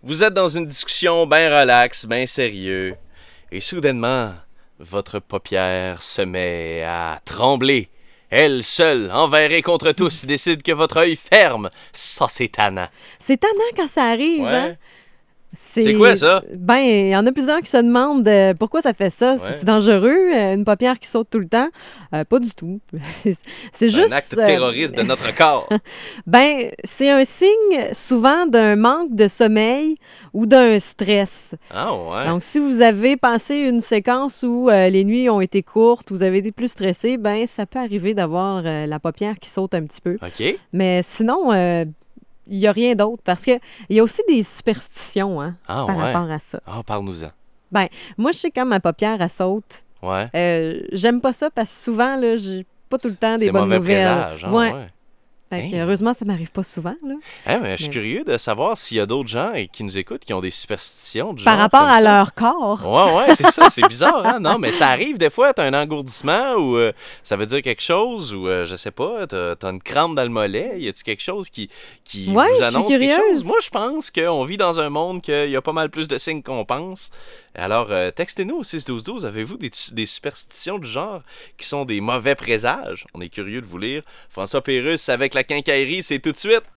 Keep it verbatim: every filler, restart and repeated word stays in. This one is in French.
Vous êtes dans une discussion bien relaxe, bien sérieux, et soudainement, votre paupière se met à trembler. Elle seule, envers et contre tous, décide que votre œil ferme. Ça, c'est tannant. C'est tannant quand ça arrive, Ouais. hein? C'est quoi, ça? Ben, il y en a plusieurs qui se demandent euh, pourquoi ça fait ça. Ouais. C'est dangereux, euh, une paupière qui saute tout le temps? Euh, pas du tout. c'est c'est juste... Un acte euh, terroriste de notre corps. Ben, c'est un signe souvent d'un manque de sommeil ou d'un stress. Ah ouais? Donc, si vous avez passé une séquence où euh, les nuits ont été courtes, vous avez été plus stressé, ben ça peut arriver d'avoir euh, la paupière qui saute un petit peu. OK. Mais sinon, euh, il n'y a rien d'autre parce qu'il y a aussi des superstitions hein, Ah par ouais? rapport à ça. Ah, parle-nous-en. Ben, moi, je sais quand ma paupière, elle saute. Ouais. Euh, j'aime pas ça parce que souvent, là, j'ai pas tout le temps des C'est bonnes mauvais nouvelles. présage. Ah, ouais. ouais. Fait que, Hein? heureusement, ça m'arrive pas souvent. Là. Hein, mais je suis Mais- curieux de savoir s'il y a d'autres gens qui nous écoutent qui ont des superstitions du Par genre rapport comme à ça. leur corps. Ouais, ouais, c'est ça, c'est bizarre, hein? Non, mais ça arrive des fois, t'as un engourdissement ou euh, ça veut dire quelque chose ou euh, je sais pas, t'as, t'as une crampe dans le mollet, y a-tu quelque chose qui, qui Ouais, vous je suis annonce quelque curieuse. chose? Moi, je pense qu'on vit dans un monde qu'il y a pas mal plus de signes qu'on pense. Alors, euh, textez-nous au six douze douze, avez-vous des, des superstitions du genre qui sont des mauvais présages? On est curieux de vous lire. François Pérusse avec la quincaillerie, c'est tout de suite.